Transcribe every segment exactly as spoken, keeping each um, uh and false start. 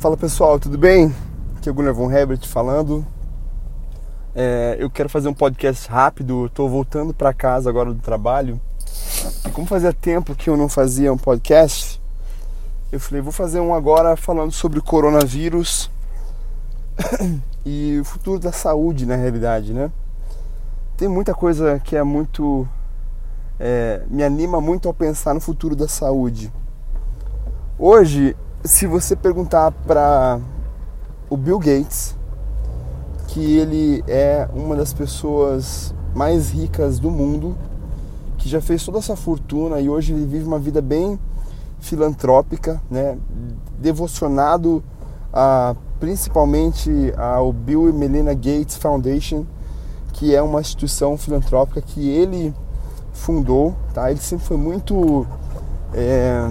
Fala pessoal, tudo bem? Aqui é o Gunnar von Herbert falando. É, eu quero fazer um podcast rápido, estou voltando para casa agora do trabalho. E como fazia tempo que eu não fazia um podcast, eu falei, vou fazer um agora falando sobre o coronavírus e o futuro da saúde na realidade, né? Tem muita coisa que é muito... É, me anima muito ao pensar no futuro da saúde. Hoje, se você perguntar para o Bill Gates, que ele é uma das pessoas mais ricas do mundo, que já fez toda essa fortuna e hoje ele vive uma vida bem filantrópica, né? Devocionado a, principalmente ao Bill e Melinda Gates Foundation, que é uma instituição filantrópica que ele fundou, tá? Ele sempre foi muito é,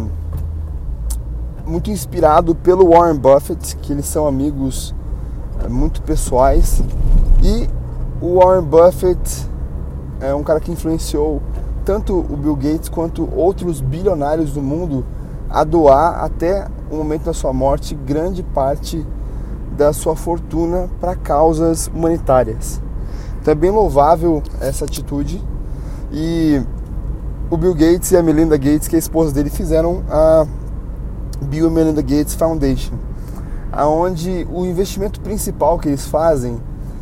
muito inspirado pelo Warren Buffett, que eles são amigos é, muito pessoais, e o Warren Buffett é um cara que influenciou tanto o Bill Gates quanto outros bilionários do mundo a doar até o momento da sua morte grande parte da sua fortuna para causas humanitárias. Então é bem louvável essa atitude. E o Bill Gates e a Melinda Gates, que é a esposa dele, fizeram a Bill e Melinda Gates Foundation, aonde o investimento principal que eles fazem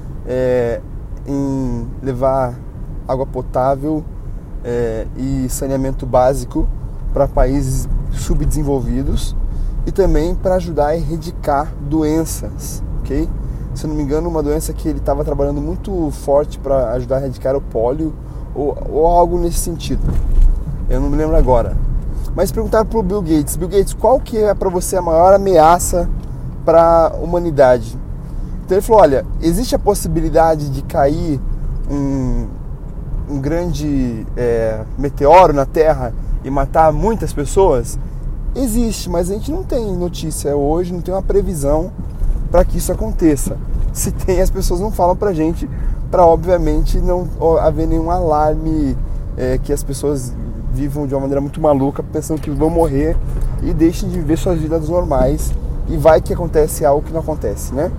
é em levar água potável é, e saneamento básico para países subdesenvolvidos e também para ajudar a erradicar doenças, ok? Se eu não me engano, uma doença que ele estava trabalhando muito forte para ajudar a erradicar o pólio ou, ou algo nesse sentido. Eu não me lembro agora. Mas perguntaram para o Bill Gates, Bill Gates, qual que é para você a maior ameaça para a humanidade? Então ele falou, olha, existe a possibilidade de cair um, um grande é, meteoro na Terra e matar muitas pessoas? Existe, mas a gente não tem notícia hoje, não tem uma previsão para que isso aconteça. Se tem, as pessoas não falam para a gente, para obviamente não haver nenhum alarme, é, que as pessoas vivam de uma maneira muito maluca, pensando que vão morrer e deixem de viver suas vidas normais e vai que acontece algo que não acontece, né?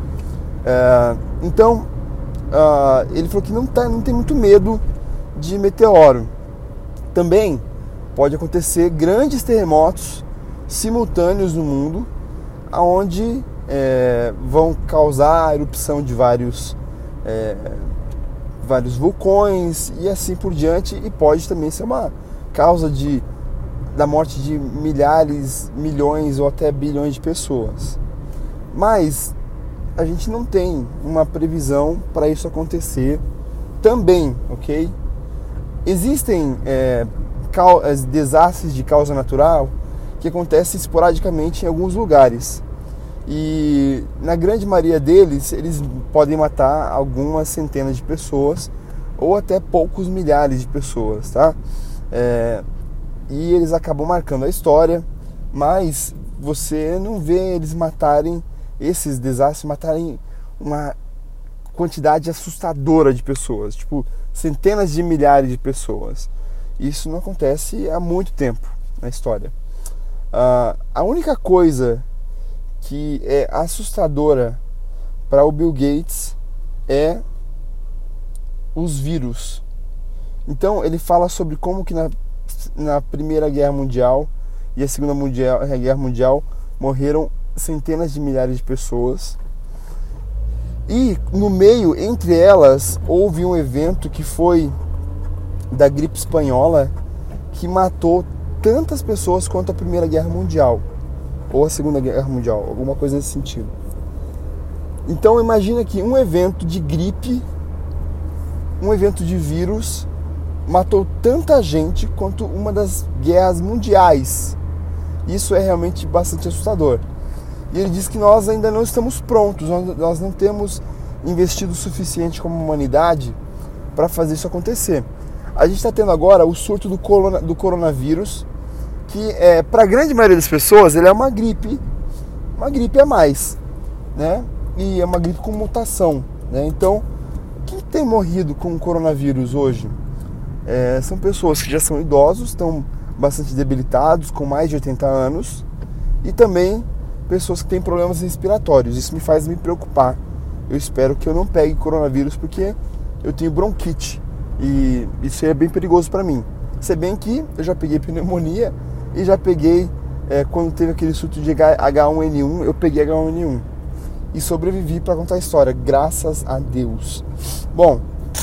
É, então, uh, ele falou que não, tá, não tem muito medo de meteoro. Também pode acontecer grandes terremotos simultâneos no mundo, onde é, vão causar a erupção de vários, é, vários vulcões e assim por diante, e pode também ser uma causa de, da morte de milhares, milhões ou até bilhões de pessoas. Mas a gente não tem uma previsão para isso acontecer também, ok? Existem é, desastres de causa natural que acontecem esporadicamente em alguns lugares. E na grande maioria deles, eles podem matar algumas centenas de pessoas ou até poucos milhares de pessoas, tá? É, e eles acabam marcando a história, mas você não vê eles matarem, esses desastres matarem uma quantidade assustadora de pessoas, tipo centenas de milhares de pessoas. Isso não acontece há muito tempo na história. Uh, a única coisa que é assustadora para o Bill Gates é os vírus. Então ele fala sobre como que na, na Primeira Guerra Mundial e a Segunda mundial, a Guerra Mundial morreram centenas de milhares de pessoas. E no meio, entre elas, houve um evento que foi da gripe espanhola, que matou tantas pessoas quanto a Primeira Guerra Mundial ou a Segunda Guerra Mundial, alguma coisa nesse sentido. Então imagina que um evento de gripe, um evento de vírus, matou tanta gente quanto uma das guerras mundiais. Isso é realmente bastante assustador. E ele diz que nós ainda não estamos prontos, nós não temos investido o suficiente como humanidade para fazer isso acontecer. A gente está tendo agora o surto do, corona, do coronavírus, que é, para a grande maioria das pessoas ele é uma gripe, uma gripe a mais, né? E é uma gripe com mutação, né? Então, quem tem morrido com o coronavírus hoje é, são pessoas que já são idosos, estão bastante debilitados, com mais de oitenta anos, e também pessoas que têm problemas respiratórios. Isso me faz me preocupar. Eu espero que eu não pegue coronavírus, porque eu tenho bronquite e isso é bem perigoso para mim. Se bem que eu já peguei pneumonia e já peguei, é, quando teve aquele surto de H um N um, eu peguei H um N um e sobrevivi para contar a história, graças a Deus. Bom,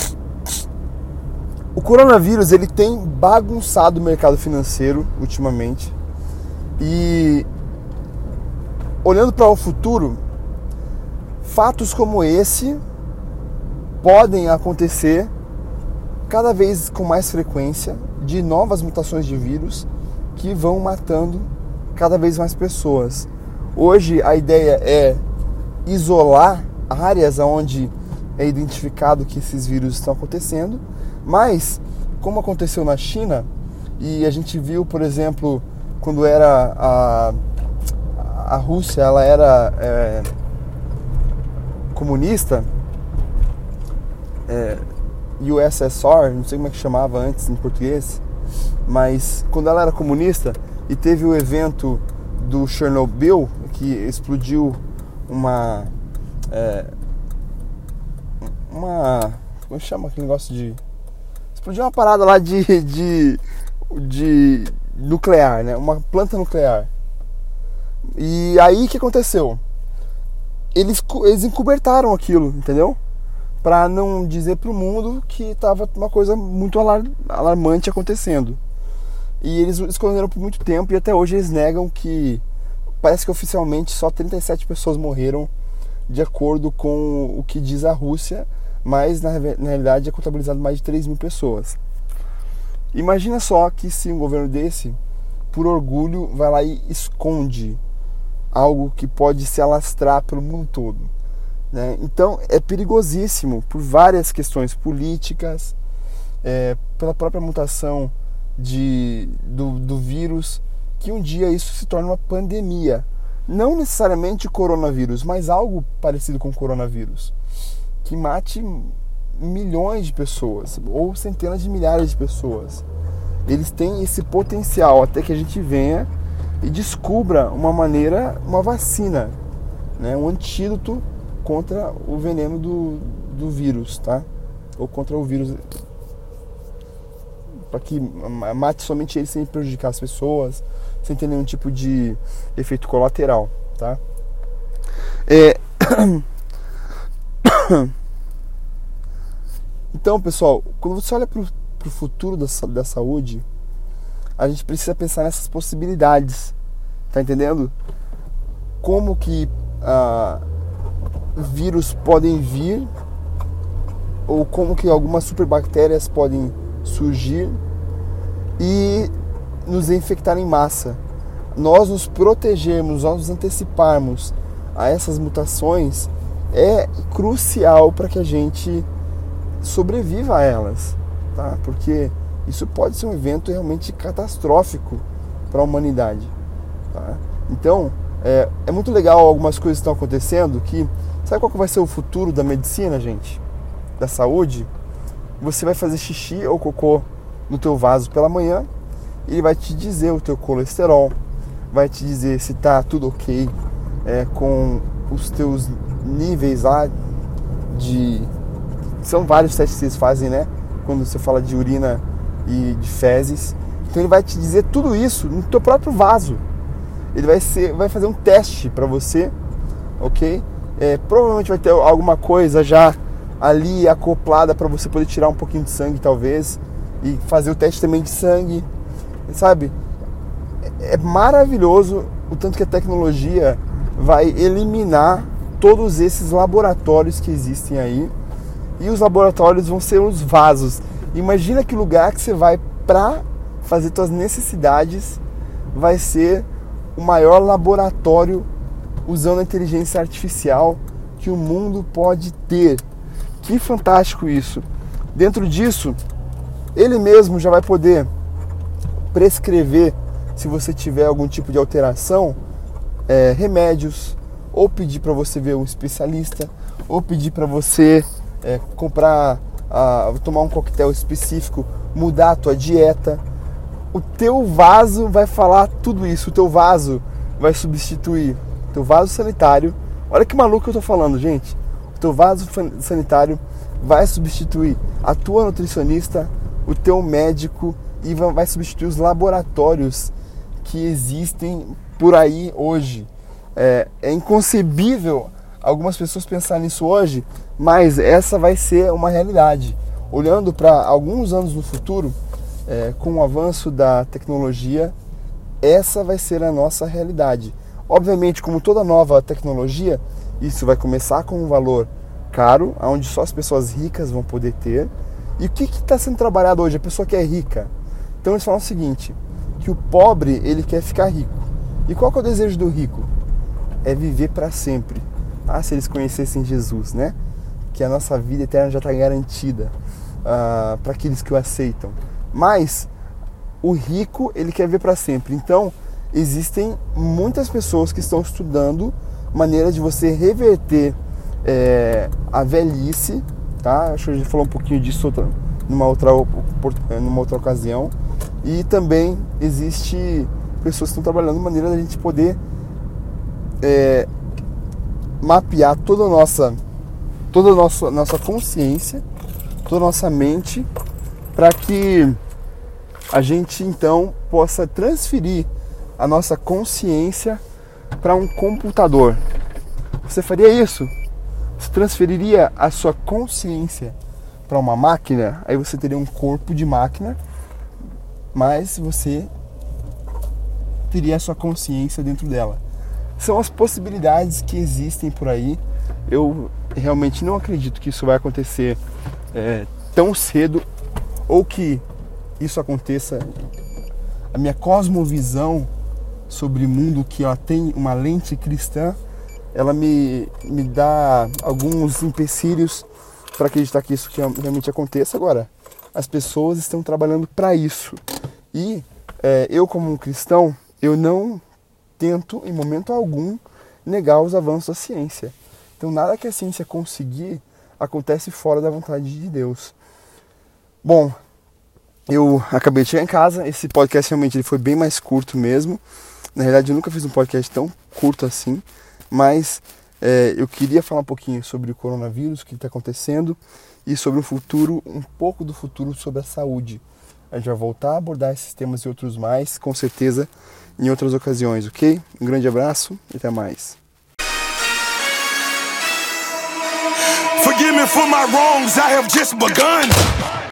o coronavírus ele tem bagunçado o mercado financeiro ultimamente e, olhando para o futuro, fatos como esse podem acontecer cada vez com mais frequência, de novas mutações de vírus que vão matando cada vez mais pessoas. Hoje a ideia é isolar áreas onde é identificado que esses vírus estão acontecendo, mas como aconteceu na China, e a gente viu, por exemplo, quando era a, a Rússia, ela era é, comunista, é, U S S R, não sei como é que chamava antes em português, mas quando ela era comunista e teve o evento do Chernobyl, que explodiu uma é, uma como chama aquele negócio de explodiu uma parada lá de, de de nuclear, né, uma planta nuclear. E aí o que aconteceu? Eles, eles encobertaram aquilo, entendeu? Para não dizer para o mundo que estava uma coisa muito alar, alarmante acontecendo. E eles esconderam por muito tempo e até hoje eles negam que... Parece que oficialmente só trinta e sete pessoas morreram de acordo com o que diz a Rússia, mas na, na realidade é contabilizado mais de três mil pessoas. Imagina só que se um governo desse, por orgulho, vai lá e esconde algo que pode se alastrar pelo mundo todo, né? Então é perigosíssimo por várias questões políticas, é, pela própria mutação de, do, do vírus, que um dia isso se torna uma pandemia. Não necessariamente coronavírus, mas algo parecido com coronavírus, que mate milhões de pessoas ou centenas de milhares de pessoas. Eles têm esse potencial até que a gente venha e descubra uma maneira, uma vacina, né, um antídoto contra o veneno do, do vírus, tá? Ou contra o vírus, para que mate somente ele sem prejudicar as pessoas, sem ter nenhum tipo de efeito colateral, tá? É... Então, pessoal, quando você olha para o futuro da, da saúde, a gente precisa pensar nessas possibilidades, tá entendendo? Como que ah, vírus podem vir, ou como que algumas superbactérias podem surgir e nos infectar em massa. Nós nos protegermos, nós nos anteciparmos a essas mutações é crucial para que a gente sobreviva a elas, tá? Porque isso pode ser um evento realmente catastrófico para a humanidade, tá? Então, é, é muito legal algumas coisas que estão acontecendo que... Sabe qual que vai ser o futuro da medicina, gente? Da saúde? Você vai fazer xixi ou cocô no teu vaso pela manhã, ele vai te dizer o teu colesterol, vai te dizer se tá tudo ok é, com os teus níveis lá de... São vários testes que eles fazem, né? Quando você fala de urina e de fezes. Então ele vai te dizer tudo isso no teu próprio vaso. Ele vai, ser, vai fazer um teste para você, ok? É, provavelmente vai ter alguma coisa já ali acoplada para você poder tirar um pouquinho de sangue, talvez, e fazer o teste também de sangue, sabe? É maravilhoso o tanto que a tecnologia vai eliminar todos esses laboratórios que existem aí. E os laboratórios vão ser os vasos. Imagina que lugar que você vai para fazer suas necessidades vai ser o maior laboratório usando a inteligência artificial que o mundo pode ter. Que fantástico isso! Dentro disso, ele mesmo já vai poder prescrever, se você tiver algum tipo de alteração, é, remédios, ou pedir para você ver um especialista, ou pedir para você É, comprar, uh, tomar um coquetel específico, mudar a tua dieta. O teu vaso vai falar tudo isso. O teu vaso vai substituir teu vaso sanitário, olha que maluco eu tô falando, gente. O teu vaso sanitário vai substituir a tua nutricionista, o teu médico e vai substituir os laboratórios que existem por aí hoje. É, é inconcebível algumas pessoas pensarem nisso hoje, mas essa vai ser uma realidade. Olhando para alguns anos no futuro, é, com o avanço da tecnologia, essa vai ser a nossa realidade. Obviamente, como toda nova tecnologia, isso vai começar com um valor caro, onde só as pessoas ricas vão poder ter. E o que está sendo trabalhado hoje? A pessoa que é rica. Então eles falam o seguinte, que o pobre, ele quer ficar rico. E qual que é o desejo do rico? É viver para sempre. Ah, se eles conhecessem Jesus, né? Que a nossa vida eterna já está garantida ah, para aqueles que o aceitam. Mas o rico, ele quer viver para sempre. Então, existem muitas pessoas que estão estudando maneira de você reverter é, a velhice, tá? Acho que a gente falou um pouquinho disso outra, numa, outra, numa outra ocasião. E também existe pessoas que estão trabalhando de maneira da gente poder é, mapear toda a nossa, toda a nossa, nossa consciência, toda a nossa mente, para que a gente então possa transferir a nossa consciência para um computador. Você faria isso? Você transferiria a sua consciência para uma máquina? Aí você teria um corpo de máquina, mas você teria a sua consciência dentro dela. São as possibilidades que existem por aí. Eu realmente não acredito que isso vai acontecer é, tão cedo, ou que isso aconteça. A minha cosmovisão sobre o mundo, que ela tem uma lente cristã, ela me, me dá alguns empecilhos para acreditar que isso realmente aconteça. Agora, as pessoas estão trabalhando para isso. E é, eu, como um cristão, eu não tento, em momento algum, negar os avanços da ciência. Então, nada que a ciência conseguir acontece fora da vontade de Deus. Bom, eu acabei de chegar em casa. Esse podcast realmente ele foi bem mais curto mesmo. Na realidade, eu nunca fiz um podcast tão curto assim. Mas é, eu queria falar um pouquinho sobre o coronavírus, o que está acontecendo, e sobre o futuro, um pouco do futuro sobre a saúde. A gente vai voltar a abordar esses temas e outros mais, com certeza, em outras ocasiões, ok? Um grande abraço e até mais. Forgive me for my wrongs, I have just begun.